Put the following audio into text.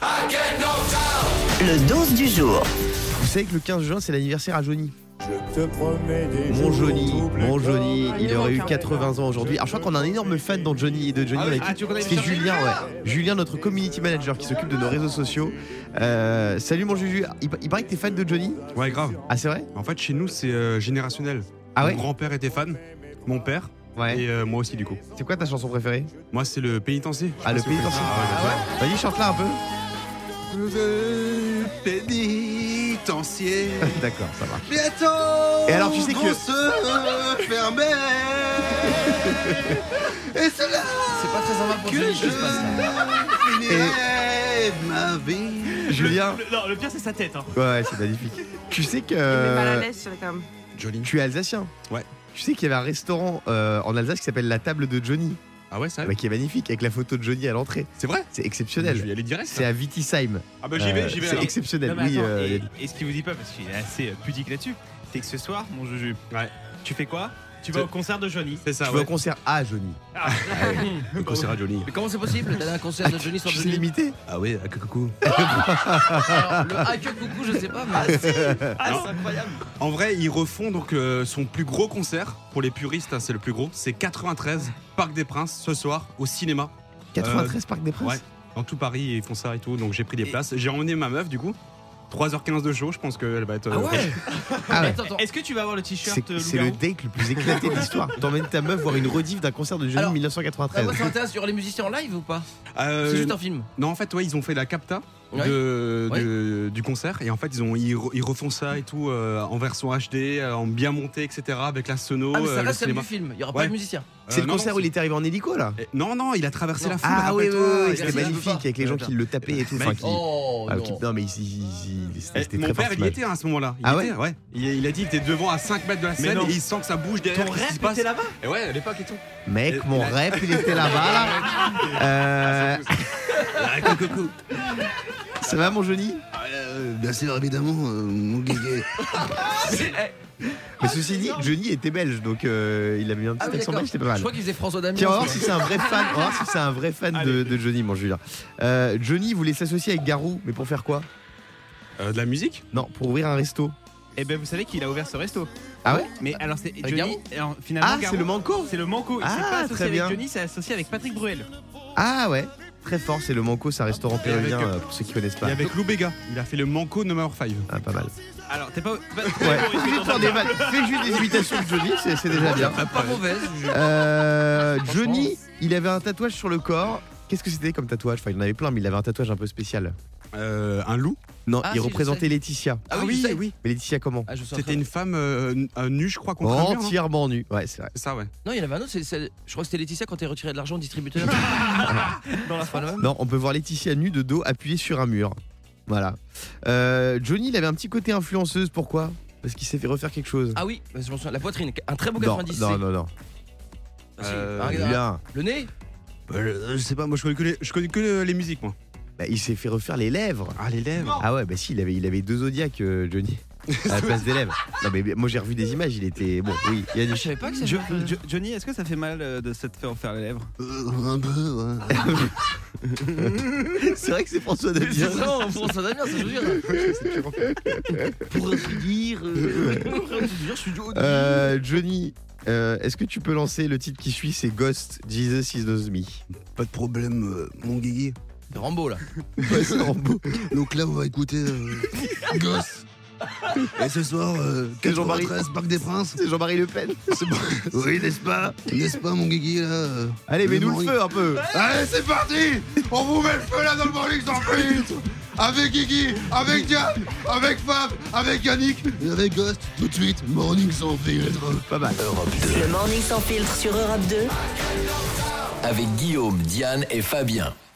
Le 12 du jour. Vous savez que le 15 juin, c'est l'anniversaire à Johnny. Mon Johnny, il aurait eu 80 ans aujourd'hui. Alors je crois qu'on a un énorme fan dans Johnny et de Johnny. C'est Julien, Julien, notre community manager qui s'occupe de nos réseaux sociaux. Salut mon Juju, il paraît que t'es fan de Johnny. Ouais, grave. Ah c'est vrai? En fait, chez nous, c'est générationnel. Ah ouais? Mon grand-père était fan, mon père, et moi aussi du coup. C'est quoi ta chanson préférée? Moi, c'est le pénitencier. Ah, le pénitencier. Vas-y, chante-là un peu. Le pénitencier. D'accord, ça marche. Bientôt. Et alors, tu sais que se fermer. Et c'est là C'est pas très sympa pour que Johnny je qui se passe là. finirai ma vie. Julien. Non, le pire c'est sa tête. Hein. Ouais, c'est magnifique. Tu sais que. Il me met mal à l'aise sur les cams. Joli. Tu es alsacien. Ouais. Tu sais qu'il y avait un restaurant en Alsace qui s'appelle La Table de Johnny. Ah ouais, ça Qui est magnifique avec la photo de Johnny à l'entrée. C'est vrai? C'est Je exceptionnel. vais y aller direct. C'est à Vitisheim. Ah bah j'y vais C'est alors. exceptionnel. Non, mais Oui, attends, et ce qu'il vous dit pas, parce qu'il est assez pudique là-dessus, c'est que ce soir, mon Juju, Ouais. tu fais quoi? Tu vas au concert de Johnny. C'est ça, tu vas au concert à Johnny. Le concert à Johnny. Mais comment c'est possible d'aller à un concert de Johnny sans Tu sais Johnny? l'imiter? Ah ouais, coucou. Alors, le hack coucou, je sais pas, mais. Ah, c'est incroyable. En vrai, ils refont donc son plus gros concert. Pour les puristes, hein, c'est le plus gros. C'est 93, Parc des Princes, ce soir, au cinéma. 93 Parc des Princes. Ouais, dans tout Paris, ils font ça et tout. Donc j'ai pris des places. J'ai emmené ma meuf, du coup. 3h15 de show, je pense qu'elle va être. Ah ouais. Ah ouais. Attends. Est-ce que tu vas avoir le t-shirt C'est le date le plus éclaté de l'histoire. T'emmènes ta meuf voir une rediff d'un concert de Johnny Alors, 1993. Moi, ça m'intéresse, il y aura les musiciens en live ou pas? C'est juste un film. Non, en fait, ouais, ils ont fait la capta Ouais. du concert. Et en fait, ils refont ça et tout en version HD, en bien monté, etc. Avec la sono. Ah, mais ça le reste comme cinéma. du film, il y aura pas Ouais. de musiciens. C'est le non, concert non, où il était arrivé en hélico là. Non, il a traversé la foule. Ah oui, rappelle-toi. c'était merci, magnifique je veux pas. avec les gens qui le tapaient et tout. Enfin, qui... Oh Ah, non. non mais c'était Mon très père, fort. il y était à ce moment-là. Ah était, ouais. Il a dit qu'il était devant à 5 mètres de la scène non. et il sent que ça bouge derrière. Ton qu'est-ce qui rêve se passe était là-bas? Et ouais, à l'époque et tout. Mec, mon il a- rêve, il était là-bas là. Coucou. Ça va mon Johnny? Bien sûr, évidemment, mon guégué. Mais ceci dit, Johnny était belge donc il avait mis un Ah petit oui, accent d'accord. belge, c'était pas Je mal. crois qu'il faisait François Damien. Tiens, on va voir si c'est un vrai fan. On va voir si c'est un vrai fan de Johnny, mon Julien. Johnny voulait s'associer avec Garou, mais pour faire quoi? De la musique? Non, pour ouvrir un resto. Et ben vous savez qu'il a ouvert ce resto. Ah ouais? Mais alors c'est Avec Johnny. Garou Alors, finalement, Ah, Garou, c'est le Manco. C'est le Manco. Il Ah, s'est pas associé très avec bien. Johnny, il s'est associé avec Patrick Bruel. Ah ouais, très fort, c'est le Manco, c'est un restaurant péruvien avec, pour ceux qui connaissent Et pas. avec Lou Béga. Il a fait le Manco No. 5. Ah, pas mal. Alors t'es pas. Ouais, fais juste des imitations de Johnny, c'est déjà bien. Pas mauvaise. Johnny, il avait un tatouage sur le corps. Qu'est-ce que c'était comme tatouage? Enfin, il en avait plein, mais il avait un tatouage un peu spécial. Un loup? Non, Ah, il si, je représentait sais. Laetitia. Ah oui, je sais. oui. Mais Laetitia comment? Ah, je sais C'était pas. une femme nue, je crois, contre un mur. Non Entièrement nue. Ouais, c'est vrai. C'est ça, ouais. Non, il y en avait un autre, je crois que c'était Laetitia quand t'es retiré de l'argent au distributeur. Dans la C'est pas le même. Non, on peut voir Laetitia nue de dos appuyée sur un mur. Voilà. Johnny, il avait un petit côté influenceuse. Pourquoi? Parce qu'il s'est fait refaire quelque chose. Ah oui, je m'en souviens, la poitrine, un très beau non, 90. non. Ah, si. Julien. Regarde, le nez. Je sais pas, moi je connais que les musiques, moi. Bah, il s'est fait refaire les lèvres. Ah, les lèvres. Ah ouais, bah si, il avait deux zodiacs, Johnny. À la place des lèvres. Non, mais moi j'ai revu des images, il était. Bon, oui, il y a Je des. savais pas que ça. Johnny, est-ce que ça fait mal de se faire faire les lèvres? Un peu, ouais. C'est vrai que c'est François C'est Damien. vraiment François Damien, ça je veux dire. Pour ainsi dire. Je suis Johnny. Johnny, est-ce que tu peux lancer le titre qui suit? C'est Ghost, Jesus Is Knows Me. Pas de problème, mon guégué. C'est Rambo là. Ouais, c'est Rambo. Donc là, on va écouter Gosse. Et ce soir, C'est Jean-Marie. 93, Parc des Princes. C'est Jean-Marie Le Pen. C'est bon. Oui, n'est-ce pas? N'est-ce pas, mon guégué, là Allez, mets-nous le feu un peu. Allez, c'est parti. On vous met le feu, là, dans le Morning sans filtre. Avec Guigui, avec Diane, avec Fab, avec Yannick et avec Ghost. Tout de suite, Morning sans filtre. Pas mal. Le Morning sans filtre sur Europe 2. Avec Guillaume, Diane et Fabien.